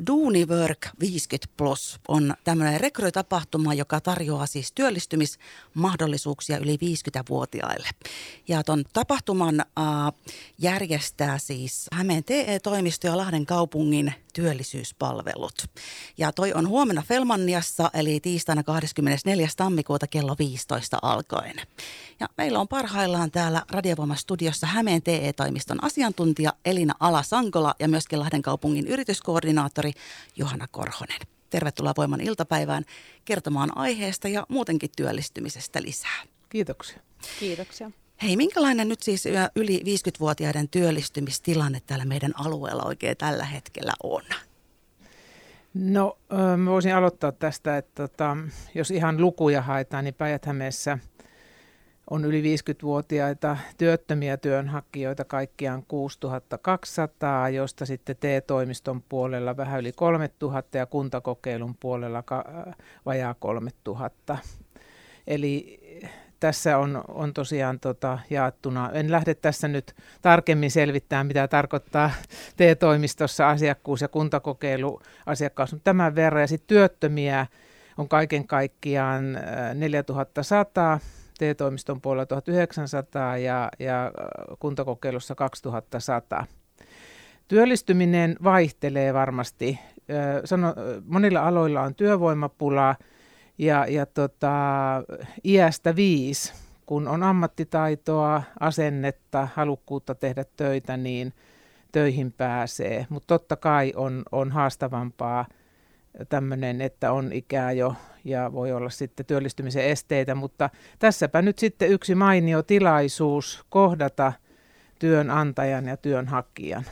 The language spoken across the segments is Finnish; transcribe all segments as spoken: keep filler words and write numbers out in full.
Duuniwork viisikymmentä plus on tämmöinen rekrytapahtuma, joka tarjoaa siis työllistymismahdollisuuksia yli viisikymmentävuotiaille. Ja ton tapahtuman äh, järjestää siis Hämeen T E-toimisto ja Lahden kaupungin työllisyyspalvelut. Ja toi on huomenna Felmanniassa, eli tiistaina kahdeskymmenesneljäs tammikuuta kello viisitoista alkaen. Ja meillä on parhaillaan täällä Radiovoiman studiossa Hämeen T E-toimiston asiantuntija Elina Ala-Sankola ja myöskin Lahden kaupungin yrityskoordinaattori Johanna Korhonen. Tervetuloa Voiman iltapäivään kertomaan aiheesta ja muutenkin työllistymisestä lisää. Kiitoksia. Kiitoksia. Hei, minkälainen nyt siis yli viisikymmentävuotiaiden työllistymistilanne täällä meidän alueella oikein tällä hetkellä on? No, mä voisin aloittaa tästä, että tota, jos ihan lukuja haetaan, niin Päijät-Hämeessä on yli viisikymmentävuotiaita työttömiä työnhakijoita kaikkiaan kuusituhatta kaksisataa, josta sitten T-toimiston puolella vähän yli kolmetuhatta ja kuntakokeilun puolella ka- vajaa kolmetuhatta. Eli tässä on, on tosiaan tota, jaettuna. En lähde tässä nyt tarkemmin selvittämään, mitä tarkoittaa T-toimistossa asiakkuus- ja kuntakokeiluasiakkaus, mutta tämän verran. Ja sitten työttömiä on kaiken kaikkiaan neljätuhatta sata, T-toimiston puolella tuhatyhdeksänsataa ja, ja kuntakokeilussa kaksituhatta sata. Työllistyminen vaihtelee varmasti. Sano, monilla aloilla on työvoimapula. Ja, ja tota, iästä viisi, kun on ammattitaitoa, asennetta, halukkuutta tehdä töitä, niin töihin pääsee. Mutta totta kai on, on haastavampaa tämmöinen, että on ikää jo ja voi olla sitten työllistymisen esteitä. Mutta tässäpä nyt sitten yksi mainio tilaisuus kohdata työnantajan ja työnhakijan.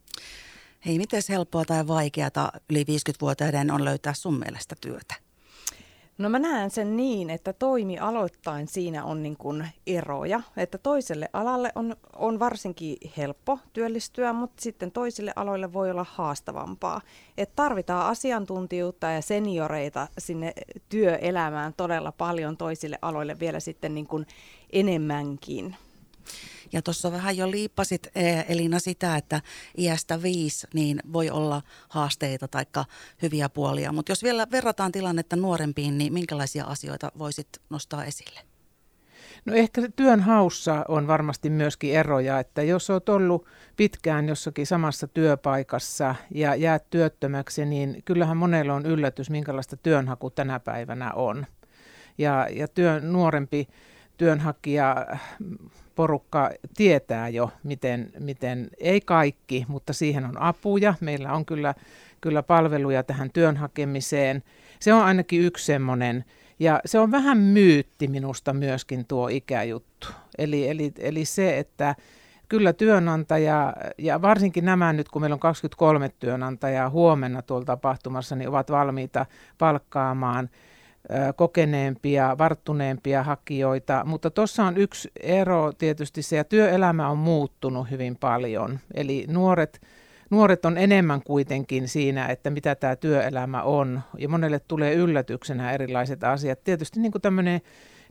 Hei, miten helppoa tai vaikeata yli viisikymmentävuotiaiden on löytää sun mielestä työtä? No mä näen sen niin, että toimialoittain siinä on niin kuin eroja, että toiselle alalle on, on varsinkin helppo työllistyä, mutta sitten toisille aloille voi olla haastavampaa. Että tarvitaan asiantuntijuutta ja senioreita sinne työelämään todella paljon, toisille aloille vielä sitten niin kuin enemmänkin. Ja tuossa vähän jo liippasit, Elina, sitä, että iästä viisi niin voi olla haasteita tai hyviä puolia. Mutta jos vielä verrataan tilannetta nuorempiin, niin minkälaisia asioita voisit nostaa esille? No ehkä työnhaussa on varmasti myöskin eroja, että jos olet ollut pitkään jossakin samassa työpaikassa ja jäät työttömäksi, niin kyllähän monella on yllätys, minkälaista työnhaku tänä päivänä on. Ja, ja työ, nuorempi työnhakija porukka tietää jo, miten, miten, ei kaikki, mutta siihen on apuja. Meillä on kyllä, kyllä palveluja tähän työn hakemiseen. Se on ainakin yksi semmoinen, ja se on vähän myytti minusta myöskin tuo ikäjuttu. Eli, eli, eli se, että kyllä työnantaja, ja varsinkin nämä nyt, kun meillä on kaksikymmentäkolme työnantajaa huomenna tuolla tapahtumassa, niin ovat valmiita palkkaamaan kokeneempia, varttuneempia hakijoita, mutta tuossa on yksi ero tietysti se, ja työelämä on muuttunut hyvin paljon, eli nuoret, nuoret on enemmän kuitenkin siinä, että mitä tämä työelämä on, ja monelle tulee yllätyksenä erilaiset asiat. Tietysti niin kuin tämmöinen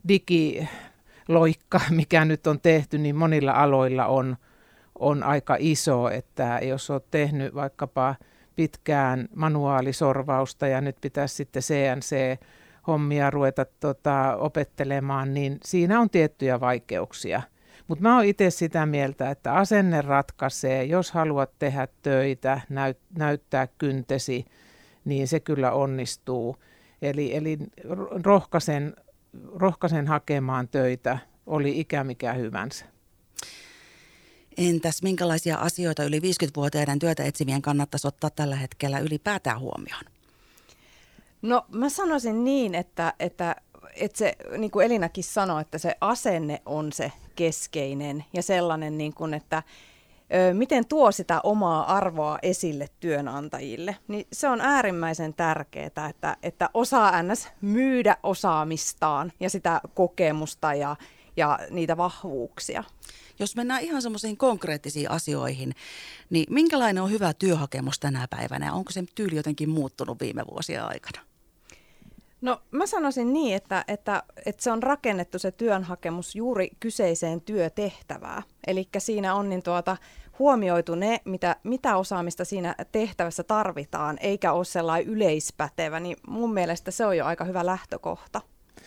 digiloikka, mikä nyt on tehty, niin monilla aloilla on, on aika iso, että jos olet tehnyt vaikkapa pitkään manuaalisorvausta, ja nyt pitäisi sitten C N C hommia ruveta tota, opettelemaan, niin siinä on tiettyjä vaikeuksia. Mutta mä oon itse sitä mieltä, että asenne ratkaisee, jos haluat tehdä töitä, näyt, näyttää kyntesi, niin se kyllä onnistuu. Eli, eli rohkaisen, rohkaisen hakemaan töitä, oli ikä mikä hyvänsä. Entäs minkälaisia asioita yli viisikymmentävuotiaiden työtä etsimien kannattaisi ottaa tällä hetkellä ylipäätään huomioon? No mä sanoisin niin, että, että, että se, niin kuin Elinakin sanoi, että se asenne on se keskeinen ja sellainen, niin kuin, että ö, miten tuo sitä omaa arvoa esille työnantajille. Niin se on äärimmäisen tärkeää, että, että osaa ns. Myydä osaamistaan ja sitä kokemusta ja, ja niitä vahvuuksia. Jos mennään ihan semmoisiin konkreettisiin asioihin, niin minkälainen on hyvä työhakemus tänä päivänä ja onko se tyyli jotenkin muuttunut viime vuosien aikana? No mä sanoisin niin, että, että, että se on rakennettu se työnhakemus juuri kyseiseen työtehtävään. Eli siinä on niin tuota, huomioitu ne, mitä, mitä osaamista siinä tehtävässä tarvitaan, eikä ole sellainen yleispätevä, niin mun mielestä se on jo aika hyvä lähtökohta.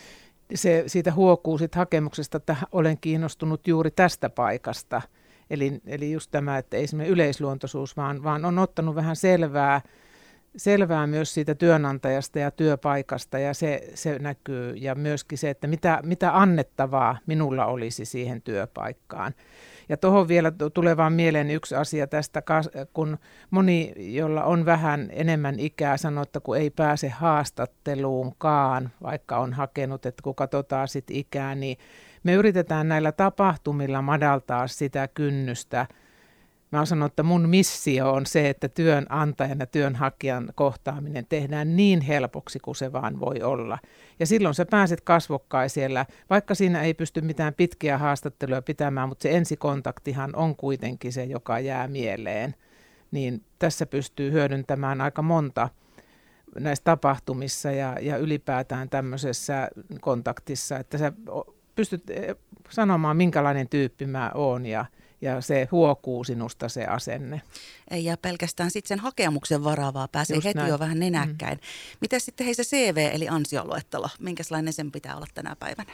Se, siitä huokuu sit hakemuksesta, että olen kiinnostunut juuri tästä paikasta. Eli, eli just tämä, että ei semmoinen yleisluontoisuus, vaan, vaan on ottanut vähän selvää, selvää myös siitä työnantajasta ja työpaikasta, ja se, se näkyy. Ja myöskin se, että mitä, mitä annettavaa minulla olisi siihen työpaikkaan. Ja tuohon vielä tulee vaan mieleen yksi asia tästä, kun moni, jolla on vähän enemmän ikää, sanoo, että kun ei pääse haastatteluunkaan, vaikka on hakenut, että kun katsotaan sit ikää, niin me yritetään näillä tapahtumilla madaltaa sitä kynnystä. Mä oon sanonut, että mun missio on se, että työnantajan ja työnhakijan kohtaaminen tehdään niin helpoksi kuin se vaan voi olla. Ja silloin sä pääset kasvokkain siellä, vaikka siinä ei pysty mitään pitkiä haastatteluja pitämään, mutta se ensikontaktihan on kuitenkin se, joka jää mieleen. Niin tässä pystyy hyödyntämään aika monta näissä tapahtumissa ja, ja ylipäätään tämmöisessä kontaktissa, että sä pystyt sanomaan, minkälainen tyyppi mä oon ja Ja se huokuu sinusta se asenne. Ei jää pelkästään sitten sen hakemuksen varaa, pääsee Just heti näin. jo vähän nenäkkäin. Mm. Miten sitten hei se C V eli ansioluettelo, minkälainen sen pitää olla tänä päivänä?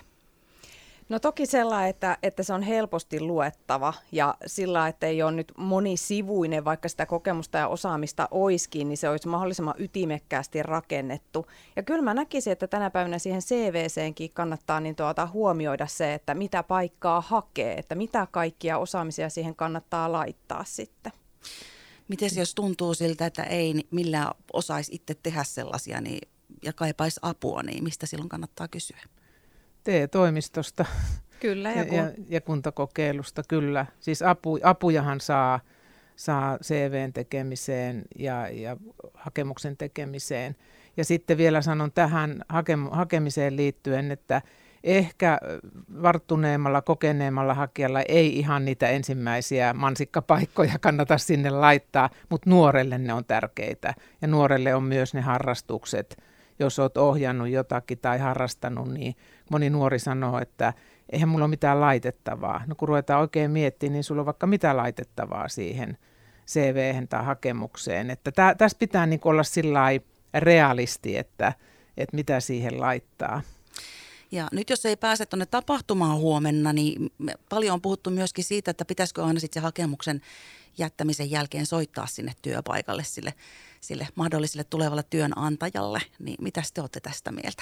No toki sellainen, että, että se on helposti luettava ja sillä, että ei ole nyt monisivuinen, vaikka sitä kokemusta ja osaamista oiskin, niin se olisi mahdollisimman ytimekkäästi rakennettu. Ja kyllä mä näkisin, että tänä päivänä siihen C V-seenkin kannattaa niin tuota huomioida se, että mitä paikkaa hakee, että mitä kaikkia osaamisia siihen kannattaa laittaa sitten. Miten jos tuntuu siltä, että ei millään osaisi itse tehdä sellaisia niin, ja kaipaisi apua, niin mistä silloin kannattaa kysyä? T-toimistosta Kyllä, ja, kun... ja, ja kuntakokeilusta, kyllä. Siis apu, apujahan saa, saa C V:n tekemiseen ja, ja hakemuksen tekemiseen. Ja sitten vielä sanon tähän hakem, hakemiseen liittyen, että ehkä varttuneemmalla, kokeneemmalla hakijalla ei ihan niitä ensimmäisiä mansikkapaikkoja kannata sinne laittaa, mutta nuorelle ne on tärkeitä. Ja nuorelle on myös ne harrastukset. Jos olet ohjannut jotakin tai harrastanut, niin moni nuori sanoo, että eihän mulla ole mitään laitettavaa. No kun ruvetaan oikein miettimään, niin sulla on vaikka mitä laitettavaa siihen C V:hen tai hakemukseen. Että tä, tässä pitää niin olla sillai realisti, että, että mitä siihen laittaa. Ja nyt jos ei pääse tuonne tapahtumaan huomenna, niin paljon on puhuttu myöskin siitä, että pitäisikö aina sitten se hakemuksen jättämisen jälkeen soittaa sinne työpaikalle sille, sille mahdolliselle tulevalle työnantajalle. Niin mitä te olette tästä mieltä?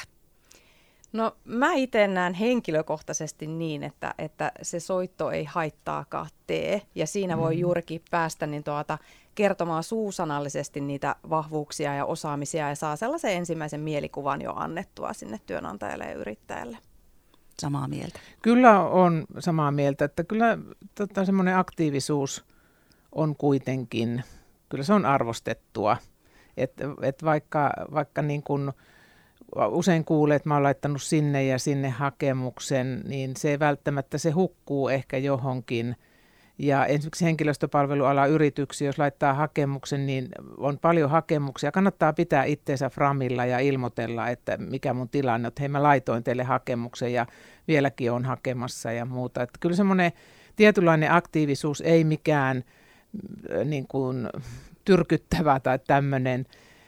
No mä itse näen henkilökohtaisesti niin, että, että se soitto ei haittaakaan tee ja siinä voi juurikin päästä niin tuota, kertomaan suusanallisesti niitä vahvuuksia ja osaamisia ja saa sellaisen ensimmäisen mielikuvan jo annettua sinne työnantajalle ja yrittäjälle. Samaa mieltä. Kyllä on samaa mieltä, että kyllä tota, semmoinen aktiivisuus on kuitenkin, kyllä se on arvostettua, että et vaikka, vaikka niin kuin usein kuulee, että mä oon laittanut sinne ja sinne hakemuksen, niin se ei välttämättä, se hukkuu ehkä johonkin. Ja esimerkiksi henkilöstöpalvelualan yrityksiä, jos laittaa hakemuksen, niin on paljon hakemuksia. Kannattaa pitää itseensä framilla ja ilmoitella, että mikä mun tilanne on, että hei mä laitoin teille hakemuksen ja vieläkin on hakemassa ja muuta. Että kyllä semmoinen tietynlainen aktiivisuus, ei mikään niin kuin tyrkyttävä tai tämmöinen,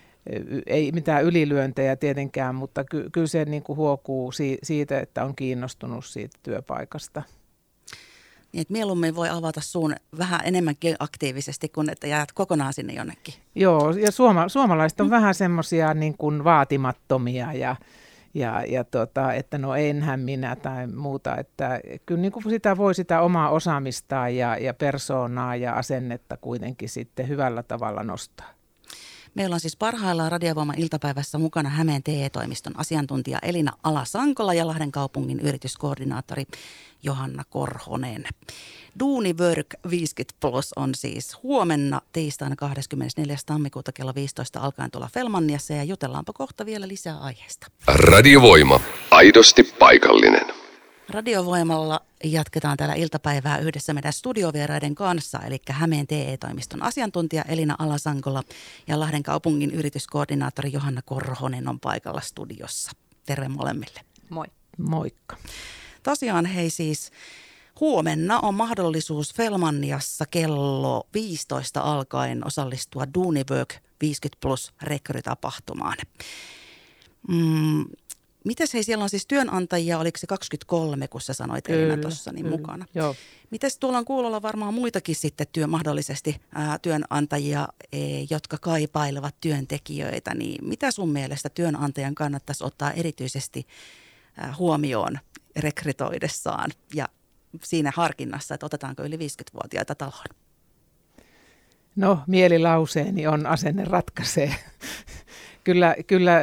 ei mitään ylilyöntejä tietenkään, mutta ky- kyllä se niin kuin huokuu si- siitä, että on kiinnostunut siitä työpaikasta. Niin, että mieluummin voi avata suun vähän enemmänkin aktiivisesti, kuin että jäät kokonaan sinne jonnekin. Joo, ja suoma- suomalaiset on mm. vähän semmoisia niin kuin vaatimattomia ja, ja, ja tota, että no enhän minä tai muuta. Että kyllä niin kuin sitä voi sitä omaa osaamistaan ja, ja persoonaa ja asennetta kuitenkin sitten hyvällä tavalla nostaa. Meillä on siis parhaillaan Radiovoiman iltapäivässä mukana Hämeen T E-toimiston asiantuntija Elina Ala-Sankola ja Lahden kaupungin yrityskoordinaattori Johanna Korhonen. Duuniwork viisikymmentä plus on siis huomenna tiistaina kahdeskymmenesneljäs tammikuuta kello viisitoista alkaen tuolla Felmanniassa ja jutellaanpa kohta vielä lisää aiheesta. Radiovoima. Aidosti paikallinen. Radiovoimalla jatketaan täällä iltapäivää yhdessä meidän studiovieraiden kanssa, eli Hämeen T E-toimiston asiantuntija Elina Ala-Sankola ja Lahden kaupungin yrityskoordinaattori Johanna Korhonen on paikalla studiossa. Terve molemmille. Moi. Moikka. Tosiaan hei siis Huomenna on mahdollisuus Felmanniassa kello viisitoista alkaen osallistua Duuniwork viisikymmentä plus rekrytapahtumaan. Mm, mites hei, siellä on siis työnantajia, oliko se kaksikymmentäkolme, kun sä sanoit Elina tuossa, niin mukana. Joo. Mites tuolla on kuulolla varmaan muitakin sitten työ, mahdollisesti ää, työnantajia, e, jotka kaipailevat työntekijöitä, niin mitä sun mielestä työnantajan kannattaisi ottaa erityisesti ää, huomioon rekrytoidessaan ja siinä harkinnassa, että otetaanko yli viisikymmentävuotiaita taloon? No, mielilauseeni on asenne ratkaisee. Kyllä, kyllä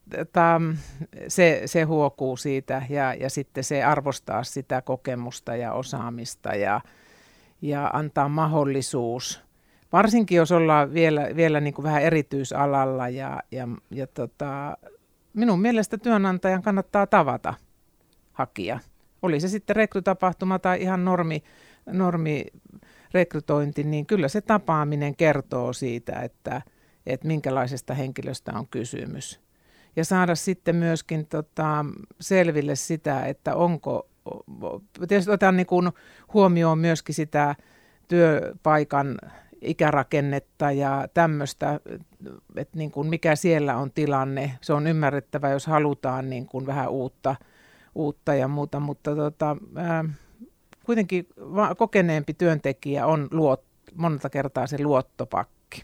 tam, se, se huokuu siitä ja, ja sitten se arvostaa sitä kokemusta ja osaamista ja, ja antaa mahdollisuus. Varsinkin jos ollaan vielä, vielä niin kuin vähän erityisalalla ja, ja, ja tota, minun mielestä työnantajan kannattaa tavata hakija. Oli se sitten rekrytapahtuma tai ihan normi, normi rekrytointi, niin kyllä se tapaaminen kertoo siitä, että, että minkälaisesta henkilöstä on kysymys. Ja saada sitten myöskin tota, selville sitä, että onko, tietysti otan niin kuin huomioon myöskin sitä työpaikan ikärakennetta ja tämmöistä, että niin kuin mikä siellä on tilanne. Se on ymmärrettävä, jos halutaan niin kuin vähän uutta, uutta ja muuta, mutta tota, ää, kuitenkin kokeneempi työntekijä on luot, monta kertaa se luottopakki.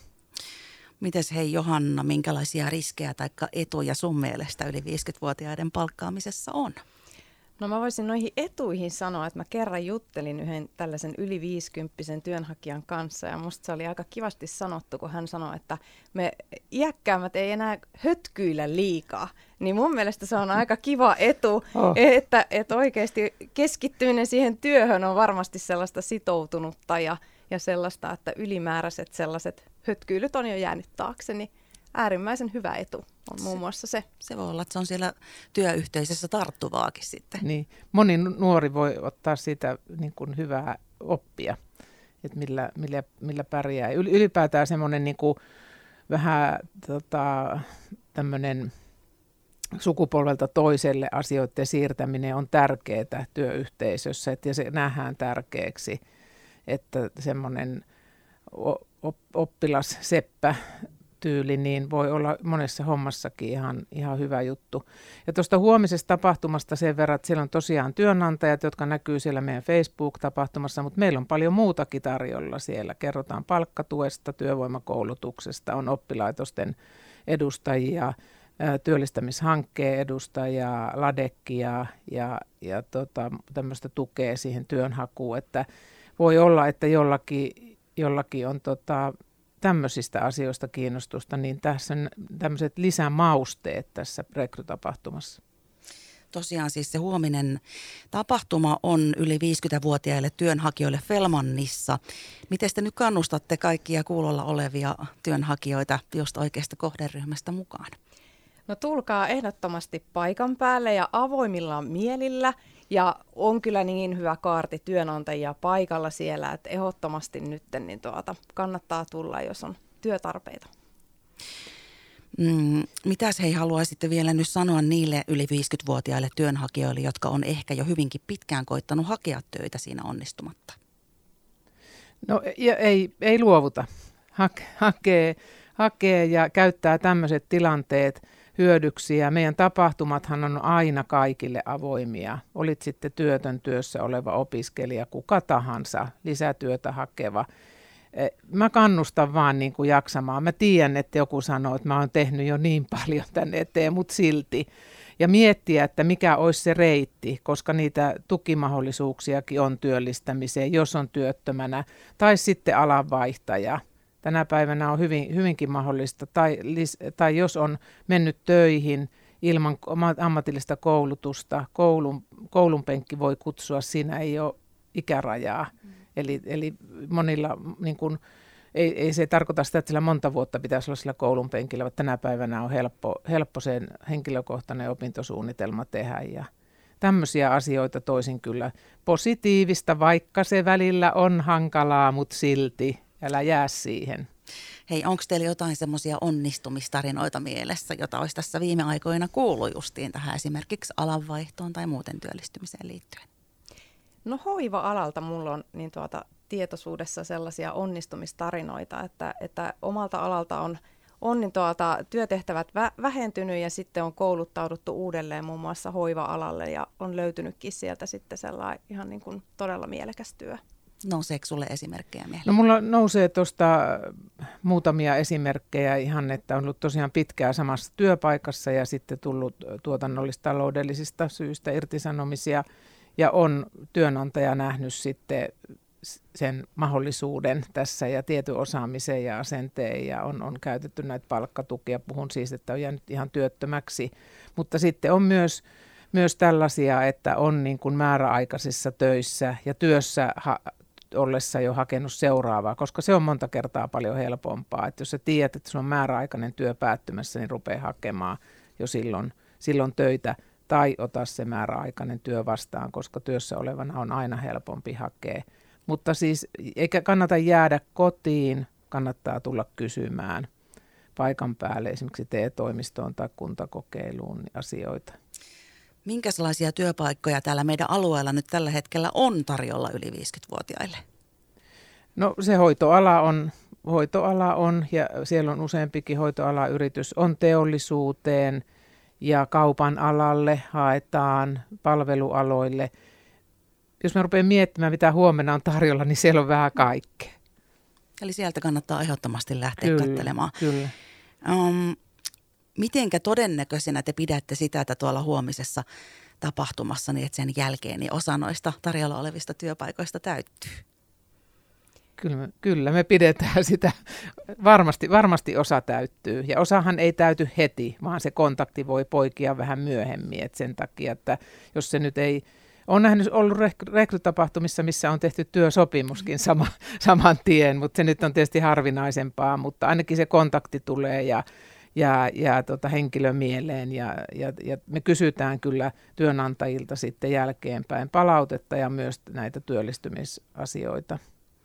Mites hei Johanna, minkälaisia riskejä tai etuja sun mielestä yli viisikymmentävuotiaiden palkkaamisessa on? No mä voisin noihin etuihin sanoa, että mä kerran juttelin yhden tällaisen yli viisikymppisen työnhakijan kanssa ja musta se oli aika kivasti sanottu, kun hän sanoi, että me iäkkäämmät ei enää hötkyillä liikaa. Niin mun mielestä se on aika kiva etu, oh. että, että oikeasti keskittyminen siihen työhön on varmasti sellaista sitoutunutta ja, ja sellaista, että ylimääräiset sellaiset hötkyilyt on jo jäänyt taakse, niin äärimmäisen hyvä etu on muun muassa se. Se voi olla, että se on siellä työyhteisössä tarttuvaakin sitten. Niin. Moni nuori voi ottaa siitä niin kuin hyvää oppia, että millä, millä, millä pärjää. Ylipäätään semmoinen niin kuin vähän tota, tämmöinen sukupolvelta toiselle asioiden siirtäminen on tärkeää työyhteisössä, että ja se nähdään tärkeäksi, että semmoinen oppilas seppä tyyli, niin voi olla monessa hommassakin ihan, ihan hyvä juttu. Ja tuosta huomisesta tapahtumasta sen verran, että siellä on tosiaan työnantajat, jotka näkyy siellä meidän Facebook-tapahtumassa, mutta meillä on paljon muutakin tarjolla siellä. Kerrotaan palkkatuesta, työvoimakoulutuksesta, on oppilaitosten edustajia, työllistämishankkeen edustajia, LADEKia ja, ja tota, tämmöistä tukea siihen työnhakuun, että voi olla, että jollakin, jollakin on tota, tämmöisistä asioista kiinnostusta, niin tässä on tämmöiset lisämausteet tässä rekrytapahtumassa. Tosiaan siis se huominen tapahtuma on yli viisikymmentävuotiaille työnhakijoille Felmannissa. Miten te nyt kannustatte kaikkia kuulolla olevia työnhakijoita just oikeasta kohderyhmästä mukaan? No tulkaa ehdottomasti paikan päälle ja avoimilla mielillä. Ja on kyllä niin hyvä kaarti työnantajia paikalla siellä, että ehdottomasti nyt niin tuota, kannattaa tulla, jos on työtarpeita. Mm, mitäs hei haluaisitte vielä nyt sanoa niille yli viisikymmentävuotiaille työnhakijoille, jotka on ehkä jo hyvinkin pitkään koittanut hakea töitä siinä onnistumatta? No ei, ei luovuta. Hake, hakee, hakee ja käyttää tämmöiset tilanteet hyödyksi. Ja meidän tapahtumathan on aina kaikille avoimia. Olit sitten työtön työssä oleva opiskelija, kuka tahansa, lisätyötä hakeva. Mä kannustan vaan niin kuin jaksamaan. Mä tiedän, että joku sanoo, että mä oon tehnyt jo niin paljon tänne eteen, mutta silti. Ja miettiä, että mikä olisi se reitti, koska niitä tukimahdollisuuksiakin on työllistämiseen, jos on työttömänä, tai sitten alanvaihtaja. Tänä päivänä on hyvin, hyvinkin mahdollista, tai, tai jos on mennyt töihin ilman ammatillista koulutusta, koulun, koulun penkki voi kutsua, siinä ei ole ikärajaa. Mm. Eli, eli monilla, niin kun, ei, ei se tarkoita sitä, että sillä monta vuotta pitäisi olla sillä koulun penkillä, vaan tänä päivänä on helppo, helppo sen henkilökohtainen opintosuunnitelma tehdä. Ja tämmöisiä asioita toisin kyllä positiivista, vaikka se välillä on hankalaa, mutta silti. Älä jää siihen. Hei, onko teillä jotain semmoisia onnistumistarinoita mielessä, jota olisi tässä viime aikoina kuullut justiin tähän esimerkiksi alanvaihtoon tai muuten työllistymiseen liittyen? No hoiva-alalta mulla on niin tuota, tietoisuudessa sellaisia onnistumistarinoita, että, että omalta alalta on, on niin tuota, työtehtävät vä- vähentynyt ja sitten on kouluttauduttu uudelleen muun muassa hoiva-alalle ja on löytynytkin sieltä sitten sellainen ihan niin kuin todella mielekäs työ. Nouseeko sulle esimerkkejä mieleen? No mulla nousee tuosta muutamia esimerkkejä ihan, että on ollut tosiaan pitkään samassa työpaikassa ja sitten tullut tuotannollis-taloudellisista syistä irtisanomisia ja on työnantaja nähnyt sitten sen mahdollisuuden tässä ja tietyn osaamisen ja asenteen ja on, on käytetty näitä palkkatukia. Puhun siis, että on jäänyt ihan työttömäksi, mutta sitten on myös, myös tällaisia, että on niin kuin määräaikaisissa töissä ja työssä ha- ollessa jo hakenut seuraavaa, koska se on monta kertaa paljon helpompaa. Että jos sä tiedät, että sulla on määräaikainen työ päättymässä, niin rupeaa hakemaan jo silloin, silloin töitä tai ota se määräaikainen työ vastaan, koska työssä olevana on aina helpompi hakea. Mutta siis eikä kannata jäädä kotiin, kannattaa tulla kysymään paikan päälle esimerkiksi te-toimistoon tai kuntakokeiluun asioita. Minkälaisia työpaikkoja täällä meidän alueella nyt tällä hetkellä on tarjolla yli viisikymmentävuotiaille? No se hoitoala on, hoitoala on ja siellä on useampikin hoitoalayritys, on teollisuuteen ja kaupan alalle haetaan palvelualoille. Jos mä rupean miettimään, mitä huomenna on tarjolla, niin siellä on vähän kaikkea. Eli sieltä kannattaa ehdottomasti lähteä kyllä, katselemaan. Kyllä. Um, mitenkä todennäköisenä te pidätte sitä, että tuolla huomisessa tapahtumassa, niin että sen jälkeen niin osa noista tarjolla olevista työpaikoista täyttyy? Kyllä me, kyllä me pidetään sitä. Varmasti, varmasti osa täyttyy. Ja osahan ei täyty heti, vaan se kontakti voi poikia vähän myöhemmin. Et sen takia, että jos se nyt ei... Olen nähnyt ollut rekrytapahtumissa, missä on tehty työsopimuskin sama, saman tien, mutta se nyt on tietysti harvinaisempaa, mutta ainakin se kontakti tulee ja, ja, ja tota henkilö mieleen ja, ja, ja me kysytään kyllä työnantajilta sitten jälkeenpäin palautetta ja myös näitä työllistymisasioita.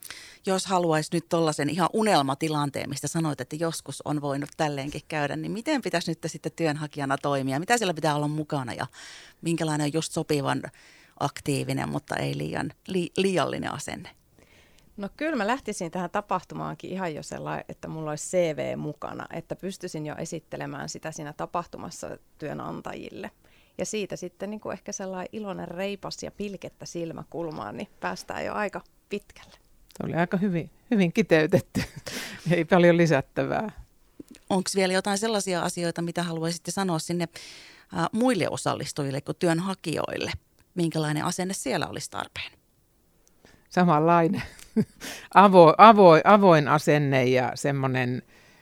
Jos haluaisi nyt tuollaisen ihan unelmatilanteen, mistä sanoit, että joskus on voinut tälleenkin käydä, niin miten pitäisi nyt sitten työnhakijana toimia? Mitä siellä pitää olla mukana ja minkälainen on just sopivan aktiivinen, mutta ei liian, li, liiallinen asenne? No kyllä mä lähtisin tähän tapahtumaankin ihan jo sellainen, että mulla olisi C V mukana, että pystyisin jo esittelemään sitä siinä tapahtumassa työnantajille. Ja siitä sitten niin kuin ehkä sellainen iloinen reipas ja pilkettä silmäkulmaan, niin päästään jo aika pitkälle. Se oli aika hyvin, hyvin kiteytetty, ei paljon lisättävää. Onko vielä jotain sellaisia asioita, mitä haluaisitte sanoa sinne ä, muille osallistujille kuin työnhakijoille? Minkälainen asenne siellä olisi tarpeen? Samanlainen. Avo, avo, avoin asenne ja semmoinen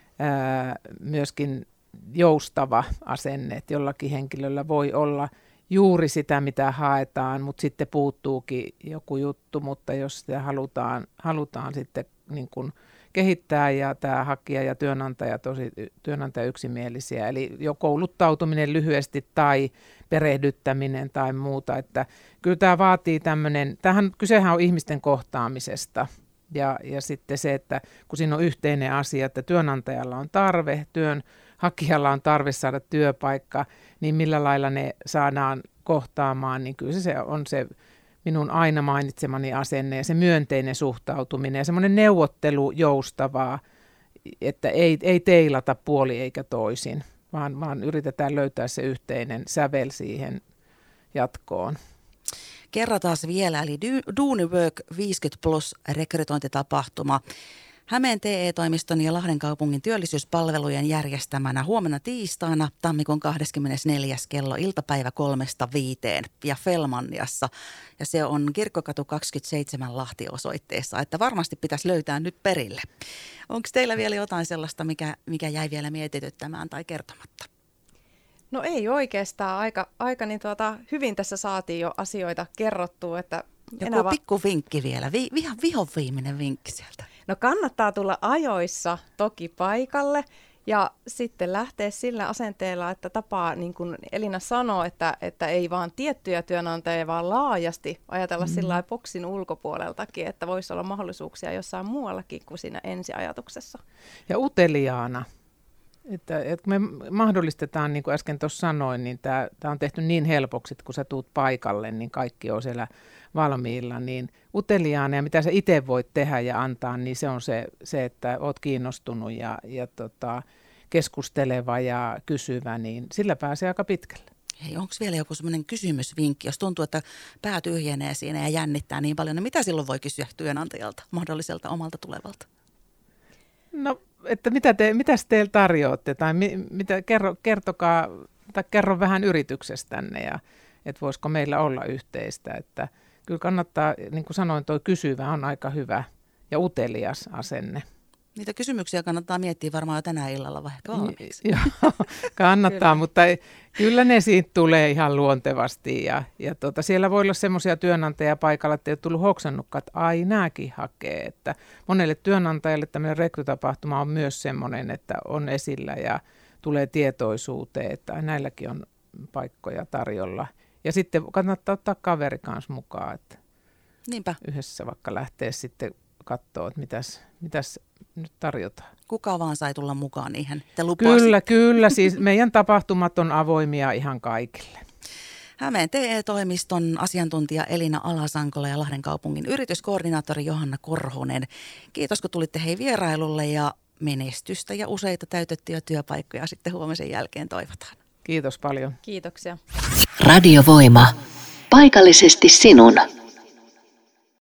ää, myöskin joustava asenne, että jollakin henkilöllä voi olla juuri sitä, mitä haetaan, mutta sitten puuttuukin joku juttu, mutta jos sitä halutaan, halutaan sitten niin kuin kehittää ja tämä hakija ja työnantaja tosi työnantaja yksimielisiä, eli jo kouluttautuminen lyhyesti tai perehdyttäminen tai muuta, että kyllä tämä vaatii tämmöinen, tämähän kysehän on ihmisten kohtaamisesta ja, ja sitten se, että kun siinä on yhteinen asia, että työnantajalla on tarve, työnhakijalla on tarve saada työpaikka, niin millä lailla ne saadaan kohtaamaan, niin kyllä se on se minun aina mainitsemani asenne ja se myönteinen suhtautuminen ja semmoinen neuvottelu joustavaa, että ei, ei teilata puoli eikä toisin, vaan, vaan yritetään löytää se yhteinen sävel siihen jatkoon. Kerrataan vielä, eli Duuniwork viisikymmentä plus rekrytointitapahtuma. Hämeen T E-toimiston ja Lahden kaupungin työllisyyspalvelujen järjestämänä huomenna tiistaina tammikuun kahdeskymmenesneljäs kello iltapäivä kolmesta viiteen ja Felmanniassa. Ja se on Kirkkokatu kaksikymmentäseitsemän Lahti-osoitteessa, että varmasti pitäisi löytää nyt perille. Onko teillä vielä jotain sellaista, mikä, mikä jäi vielä mietityttämään tai kertomatta? No ei oikeastaan. Aika, aika niin tuota, hyvin tässä saatiin jo asioita kerrottua. Että Joku va- pikku vinkki vielä, Vi- vihan vihon viimeinen vinkki sieltä. No kannattaa tulla ajoissa toki paikalle ja sitten lähteä sillä asenteella, että tapaa, niin kuin Elina sanoi, että, että ei vaan tiettyjä työnantajia, vaan laajasti ajatella mm. sillä lailla boksin ulkopuoleltakin, että voisi olla mahdollisuuksia jossain muuallakin kuin siinä ensiajatuksessa. Ja uteliaana. Että, että me mahdollistetaan, niin kuin äsken tuossa sanoin, niin tämä, tämä on tehty niin helpoksi, että kun sä tuut paikalle, niin kaikki on siellä valmiilla, niin uteliaana ja mitä sä itse voit tehdä ja antaa, niin se on se, se että oot kiinnostunut ja, ja tota, keskusteleva ja kysyvä, niin sillä pääsee aika pitkälle. Hei, onko vielä joku semmoinen kysymysvinkki, jos tuntuu, että pää tyhjenee siinä ja jännittää niin paljon, niin mitä silloin voi kysyä työnantajalta, mahdolliselta omalta tulevalta? No, että mitä te, mitäs teillä tarjoatte tai mi, mitä, kerro, kertokaa tai kerro vähän yrityksestänne ja että voisiko meillä olla yhteistä. Että kyllä kannattaa, niin kuin sanoin, tuo kysyvä on aika hyvä ja utelias asenne. Niitä kysymyksiä kannattaa miettiä varmaan jo tänä illalla vai ehkä valmiiksi. Joo, kannattaa, mutta ei, kyllä ne siitä tulee ihan luontevasti. Ja, ja tuota, siellä voi olla semmoisia työnantajia paikalla, että ei ole tullut hoksannutkaan, että ai nääkin hakee. Että monelle työnantajalle tämmöinen rekrytapahtuma on myös semmoinen, että on esillä ja tulee tietoisuuteen, että näilläkin on paikkoja tarjolla. Ja sitten kannattaa ottaa kaveri kanssa mukaan, että Niinpä. Yhdessä vaikka lähtee sitten katsoa, että mitäs, mitäs nyt tarjotaan. Kuka vaan sai tulla mukaan niihin? Te lupasitte. Kyllä, kyllä. Siis meidän tapahtumat on avoimia ihan kaikille. Hämeen T E-toimiston asiantuntija Elina Alasankola ja Lahden kaupungin yrityskoordinaattori Johanna Korhonen. Kiitos, kun tulitte hei vierailulle ja menestystä ja useita täytettyjä työpaikkoja sitten huomisen jälkeen toivotaan. Kiitos paljon. Kiitoksia. Radiovoima. Paikallisesti sinun.